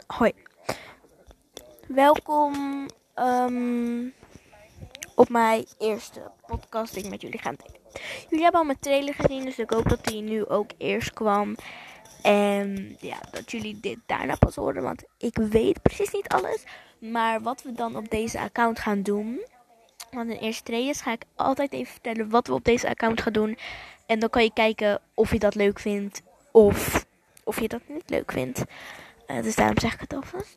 Hoi, welkom op mijn eerste podcast die ik met jullie ga delen. Jullie hebben al mijn trailer gezien, dus ik hoop dat die nu ook eerst kwam. En ja, dat jullie dit daarna pas horen, want ik weet precies niet alles. Maar wat we dan op deze account gaan doen, want in eerste trailers ga ik altijd even vertellen wat we op deze account gaan doen. En dan kan je kijken of je dat leuk vindt of je dat niet leuk vindt. Dus daarom zeg ik het alvast.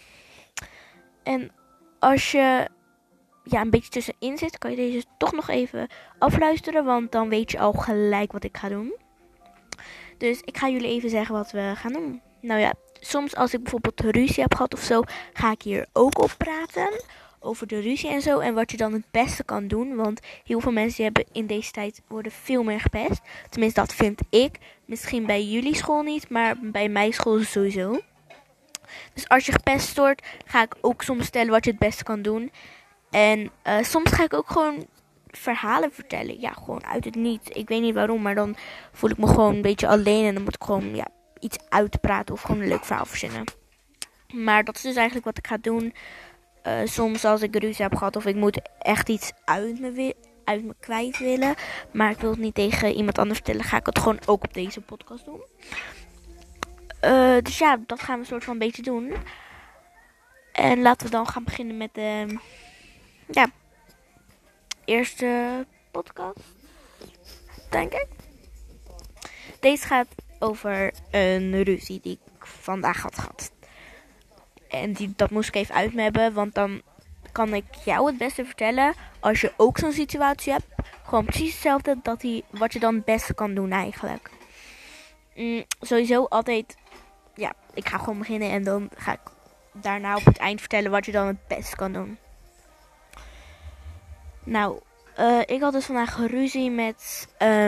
En als je een beetje tussenin zit, kan je deze toch nog even afluisteren. Want dan weet je al gelijk wat ik ga doen. Dus ik ga jullie even zeggen wat we gaan doen. Nou ja, soms als ik bijvoorbeeld ruzie heb gehad of zo, ga ik hier ook op praten. Over de ruzie en zo. En wat je dan het beste kan doen. Want heel veel mensen hebben in deze tijd worden veel meer gepest. Tenminste, dat vind ik. Misschien bij jullie school niet, maar bij mijn school sowieso. Dus als je gepest wordt, ga ik ook soms vertellen wat je het beste kan doen. En soms ga ik ook gewoon verhalen vertellen. Ja, gewoon uit het niet. Ik weet niet waarom, maar dan voel ik me gewoon een beetje alleen. En dan moet ik gewoon iets uitpraten of gewoon een leuk verhaal verzinnen. Maar dat is dus eigenlijk wat ik ga doen. Soms als ik ruzie heb gehad of ik moet echt iets uit me kwijt willen. Maar ik wil het niet tegen iemand anders vertellen. Ga ik het gewoon ook op deze podcast doen. Dus ja, dat gaan we soort van een beetje doen. En laten we dan gaan beginnen met de eerste podcast, denk ik. Deze gaat over een ruzie die ik vandaag had gehad. En dat moest ik even uit me hebben, want dan kan ik jou het beste vertellen als je ook zo'n situatie hebt. Gewoon precies hetzelfde, wat je dan het beste kan doen eigenlijk. Sowieso altijd, ik ga gewoon beginnen en dan ga ik daarna op het eind vertellen wat je dan het beste kan doen. Nou, ik had dus vandaag ruzie met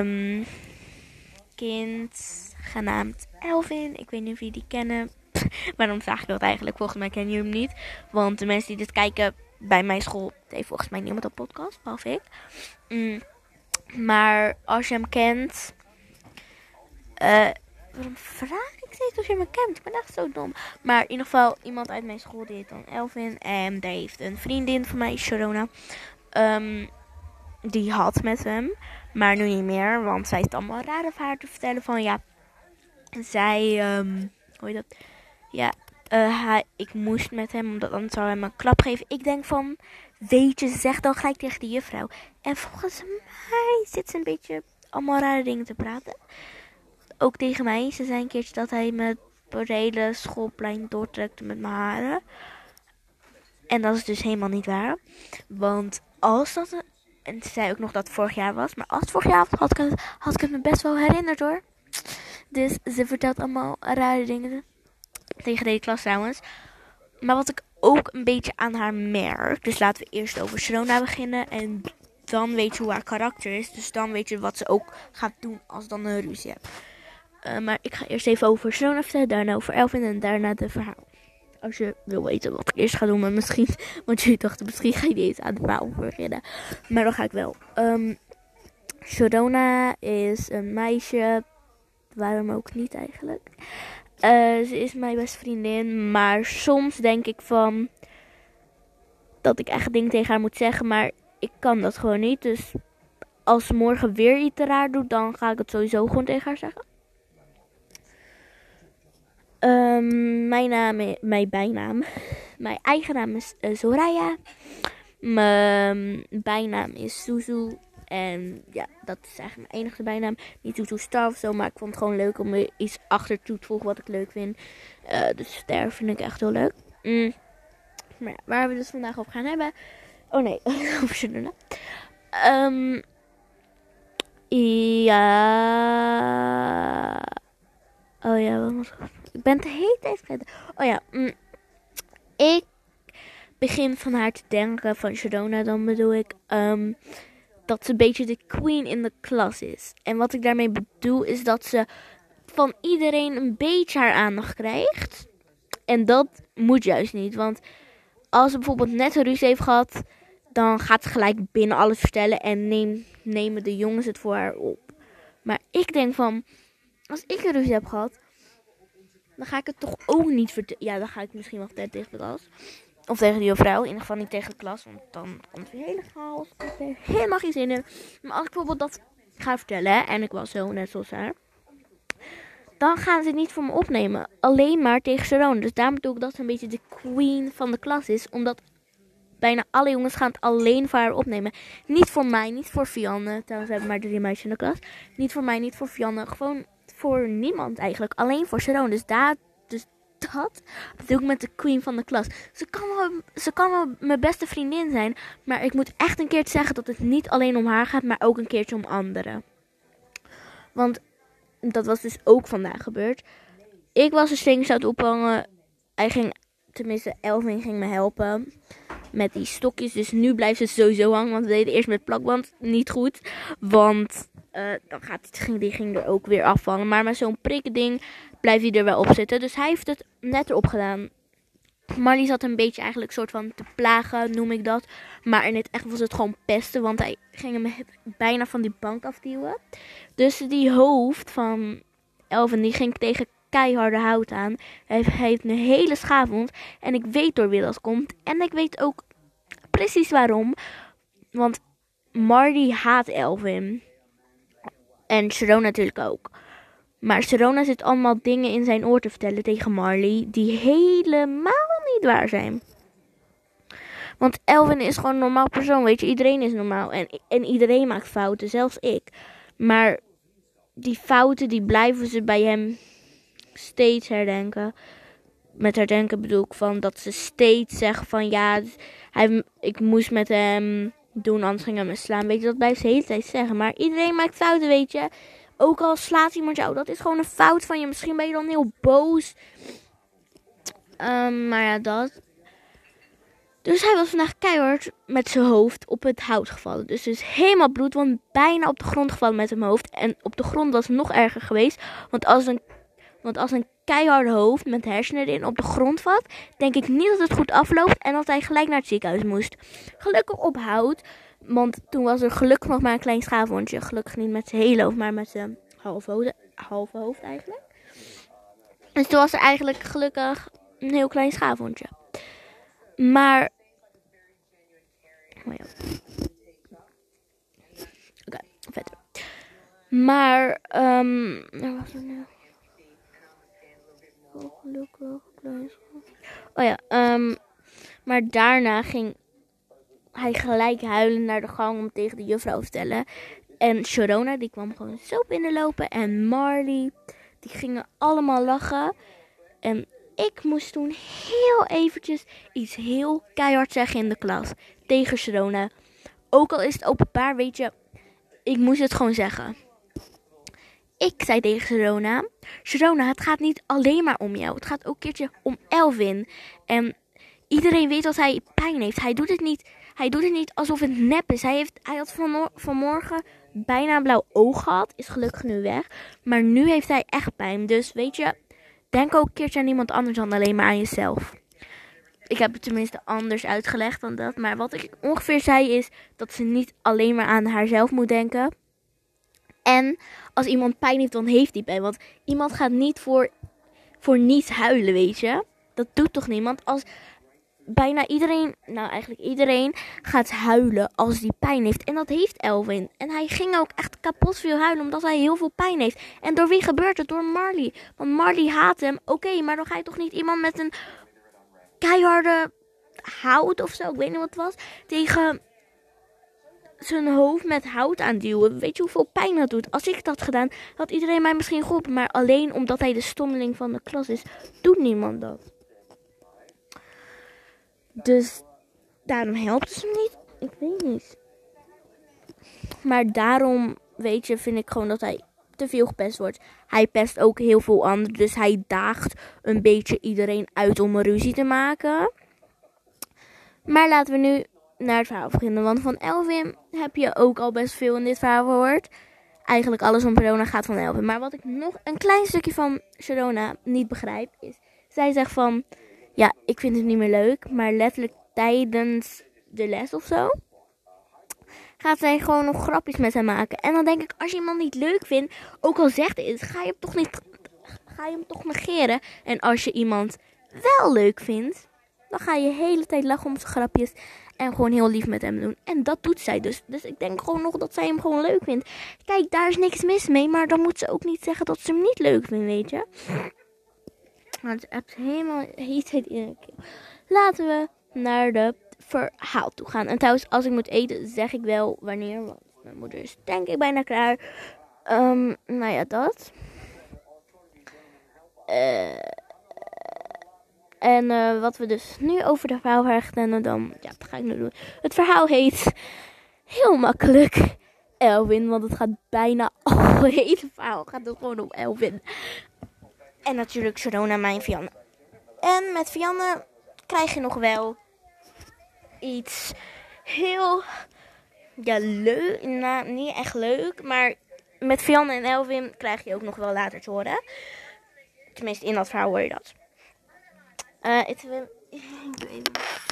kind genaamd Elvin. Ik weet niet of jullie die kennen. Waarom vraag ik dat eigenlijk? Volgens mij kennen jullie hem niet. Want de mensen die dit kijken bij mijn school, heeft volgens mij niemand een podcast, behalve ik. Maar als je hem kent, waarom vraag ik steeds of je me kent? Ik ben echt zo dom. Maar in ieder geval, iemand uit mijn school, die heet dan Elvin. En daar heeft een vriendin van mij, Sharona. Die had met hem, maar nu niet meer. Want zij is allemaal rare verhalen te vertellen van zij, hoe heet dat? Ik moest met hem, omdat anders zou hij me een klap geven. Ik denk van, weet je, ze zegt dan gelijk tegen de juffrouw. En volgens mij zit ze een beetje allemaal rare dingen te praten. Ook tegen mij. Ze zei een keertje dat hij me het hele schoolplein doortrekte met mijn haren. En dat is dus helemaal niet waar. Want als dat... En ze zei ook nog dat het vorig jaar was. Maar als het vorig jaar was, had ik het me best wel herinnerd hoor. Dus ze vertelt allemaal rare dingen. Tegen de hele klas trouwens. Maar wat ik ook een beetje aan haar merk. Dus laten we eerst over Sharona beginnen. En dan weet je hoe haar karakter is. Dus dan weet je wat ze ook gaat doen als dan een ruzie hebt. Maar ik ga eerst even over Sharona vertellen. Daarna over Elvin en daarna de verhaal. Als je wil weten wat ik eerst ga doen. Maar misschien, want jullie dachten misschien ga je niet eens aan het verhaal beginnen. Maar dan ga ik wel. Sharona is een meisje. Waarom ook niet eigenlijk. Ze is mijn beste vriendin. Maar soms denk ik van dat ik echt dingen tegen haar moet zeggen. Maar ik kan dat gewoon niet. Dus als ze morgen weer iets raar doet, dan ga ik het sowieso gewoon tegen haar zeggen. Mijn bijnaam. Mijn eigen naam is Soraya. Mijn bijnaam is Suzu. En ja, dat is eigenlijk mijn enige bijnaam. Niet Suzu Star of zo, maar ik vond het gewoon leuk om er iets achter toe te voegen wat ik leuk vind. Dus daar vind ik echt heel leuk. Maar ja, waar we dus vandaag over gaan hebben. Oh nee, over Sharona. Oh ja, wat was het? Ik ben het de hele tijd vergeten. Oh ja, ik begin van haar te denken, van Sharona dan bedoel ik, dat ze een beetje de queen in de klas is. En wat ik daarmee bedoel is dat ze van iedereen een beetje haar aandacht krijgt. En dat moet juist niet, want als ze bijvoorbeeld net een ruzie heeft gehad, dan gaat ze gelijk binnen alles vertellen en nemen de jongens het voor haar op. Maar ik denk van, als ik een ruzie heb gehad, dan ga ik het toch ook niet vertellen. Ja, dan ga ik misschien wel vertellen tegen de klas. Of tegen die vrouw, in ieder geval niet tegen de klas. Want dan komt er hele chaos. Ik heb er helemaal geen zin in. Maar als ik bijvoorbeeld dat ga vertellen, hè, en ik was zo net zoals haar, dan gaan ze het niet voor me opnemen. Alleen maar tegen Sharona. Dus daarom doe ik dat ze een beetje de queen van de klas is. Omdat bijna alle jongens gaan het alleen voor haar opnemen. Niet voor mij, niet voor Vianne. Trouwens hebben we maar 3 meisjes in de klas. Niet voor mij, niet voor Vianne. Gewoon voor niemand eigenlijk. Alleen voor Sharona. Dus dat doe ik met de queen van de klas. Ze kan wel mijn beste vriendin zijn. Maar ik moet echt een keertje zeggen dat het niet alleen om haar gaat. Maar ook een keertje om anderen. Want dat was dus ook vandaag gebeurd. Ik was een string aan het ophangen. Elvin ging me helpen met die stokjes. Dus nu blijft ze sowieso hangen. Want we deden eerst met plakband. Niet goed. Want dan ging er ook weer afvallen. Maar met zo'n prikkending blijft hij er wel op zitten. Dus hij heeft het net erop gedaan. Marley zat een beetje eigenlijk soort van te plagen, noem ik dat. Maar in het echt was het gewoon pesten. Want hij ging hem bijna van die bank afduwen. Dus die hoofd van Elvin die ging tegen keiharde hout aan. Hij heeft een hele schaafwond. En ik weet door wie dat komt. En ik weet ook precies waarom. Want Marley haat Elvin. En Sharona natuurlijk ook. Maar Sharona zit allemaal dingen in zijn oor te vertellen tegen Marley die helemaal niet waar zijn. Want Elvin is gewoon een normaal persoon, weet je. Iedereen is normaal en iedereen maakt fouten, zelfs ik. Maar die fouten die blijven ze bij hem steeds herdenken. Met herdenken bedoel ik van dat ze steeds zeggen van ja, ik moest met hem doen, anders ging hij me slaan. Weet je, dat blijft ze de hele tijd zeggen. Maar iedereen maakt fouten, weet je. Ook al slaat iemand jou, dat is gewoon een fout van je. Misschien ben je dan heel boos. Maar ja, dat. Dus hij was vandaag keihard met zijn hoofd op het hout gevallen. Dus helemaal bloed, want bijna op de grond gevallen met zijn hoofd. En op de grond was het nog erger geweest. Want als een keiharde hoofd met hersenen erin op de grond valt, denk ik niet dat het goed afloopt en dat hij gelijk naar het ziekenhuis moest. Gelukkig op hout, want toen was er gelukkig nog maar een klein schaafwondje. Gelukkig niet met zijn hele hoofd, maar met zijn halve hoofd eigenlijk. Dus toen was er eigenlijk gelukkig een heel klein schaafwondje. Maar oh ja. Oké, verder. Maar was er nou? Oh ja, maar daarna ging hij gelijk huilen naar de gang om tegen de juffrouw te vertellen. En Sharona, die kwam gewoon zo binnenlopen. En Marley, die gingen allemaal lachen. En ik moest toen heel eventjes iets heel keihard zeggen in de klas. Tegen Sharona. Ook al is het openbaar, weet je, ik moest het gewoon zeggen. Ik zei tegen Sharona, het gaat niet alleen maar om jou. Het gaat ook een keertje om Elvin. En iedereen weet dat hij pijn heeft. Hij doet het niet alsof het nep is. Hij had vanmorgen bijna een blauw oog gehad. Is gelukkig nu weg. Maar nu heeft hij echt pijn. Dus weet je, denk ook een keertje aan iemand anders dan alleen maar aan jezelf. Ik heb het tenminste anders uitgelegd dan dat. Maar wat ik ongeveer zei is dat ze niet alleen maar aan haarzelf moet denken. En als iemand pijn heeft, dan heeft hij pijn. Want iemand gaat niet voor niets huilen, weet je. Dat doet toch niemand? Als bijna iedereen, nou eigenlijk iedereen, gaat huilen als die pijn heeft. En dat heeft Elvin. En hij ging ook echt kapot veel huilen, omdat hij heel veel pijn heeft. En door wie gebeurt het? Door Marley. Want Marley haat hem. Oké, maar dan ga je toch niet iemand met een keiharde hout of zo, ik weet niet wat het was, tegen zijn hoofd met hout aanduwen. Weet je hoeveel pijn dat doet? Als ik dat had gedaan, had iedereen mij misschien geholpen. Maar alleen omdat hij de stommeling van de klas is, doet niemand dat. Dus daarom helpt het hem niet. Ik weet niet. Maar daarom, weet je, vind ik gewoon dat hij te veel gepest wordt. Hij pest ook heel veel anderen. Dus hij daagt een beetje iedereen uit om een ruzie te maken. Maar laten we nu naar het verhaal beginnen. Want van Elvin heb je ook al best veel in dit verhaal gehoord. Eigenlijk alles om Sharona gaat van Elvin. Maar wat ik nog een klein stukje van Sharona niet begrijp is, zij zegt van, ja, ik vind het niet meer leuk. Maar letterlijk tijdens de les of zo gaat zij gewoon nog grapjes met hem maken. En dan denk ik, als je iemand niet leuk vindt, ook al zegt het, ga je ga je hem toch negeren. En als je iemand wel leuk vindt, dan ga je de hele tijd lachen om zijn grapjes. En gewoon heel lief met hem doen. En dat doet zij dus. Dus ik denk gewoon nog dat zij hem gewoon leuk vindt. Kijk, daar is niks mis mee. Maar dan moet ze ook niet zeggen dat ze hem niet leuk vindt, weet je. Want het is helemaal heet in de keel. Laten we naar de verhaal toe gaan. En trouwens, als ik moet eten, zeg ik wel wanneer. Want mijn moeder is denk ik bijna klaar. Nou ja, dat. En wat we dus nu over de verhaal gaan vertellen, dan ja, dat ga ik nu doen. Het verhaal heet heel makkelijk Elwin, want het gaat bijna het hele verhaal gaat het gewoon om Elwin. En natuurlijk Sharona, mijn Vianne. En met Vianne krijg je nog wel iets heel leuk. Nou, niet echt leuk, maar met Vianne en Elwin krijg je ook nog wel later te horen. Tenminste, in dat verhaal hoor je dat. Ik doe even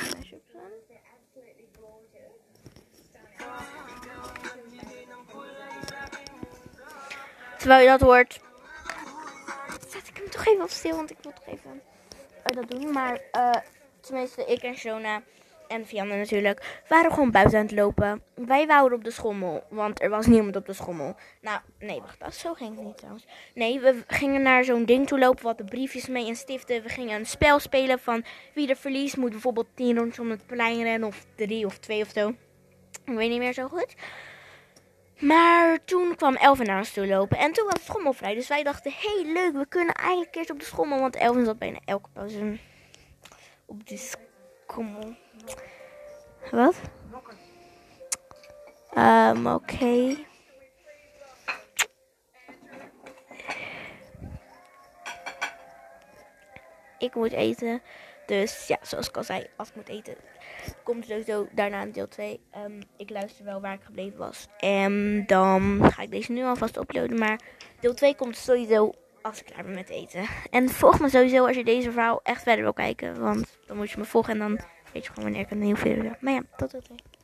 terwijl je dat hoort, zet ik hem toch even op stil, want ik wil toch even dat doen. Maar tenminste, ik en Shona en Vianne natuurlijk waren gewoon buiten aan het lopen. Wij wouden op de schommel, want er was niemand op de schommel. Nou, nee, wacht, zo ging het niet trouwens. Nee, we gingen naar zo'n ding toe lopen, wat de briefjes mee en stiften. We gingen een spel spelen van wie er verliest moet bijvoorbeeld 10 rondjes om het plein rennen, of 3 of 2 of zo. Ik weet niet meer zo goed. Maar toen kwam Elvin naar ons toe lopen en toen was de schommel vrij. Dus wij dachten, hey, leuk, we kunnen eigenlijk eerst op de schommel. Want Elvin zat bijna elke pauze op de schommel. Wat? Oké. Ik moet eten. Dus ja, zoals ik al zei, als ik moet eten, komt sowieso daarna een deel 2. Ik luister wel waar ik gebleven was. En dan ga ik deze nu alvast uploaden. Maar deel 2 komt sowieso als ik klaar ben met eten. En volg me sowieso als je deze verhaal echt verder wil kijken. Want dan moet je me volgen en dan weet je gewoon wanneer ik een nieuwe video heb. Maar ja, tot deel 2.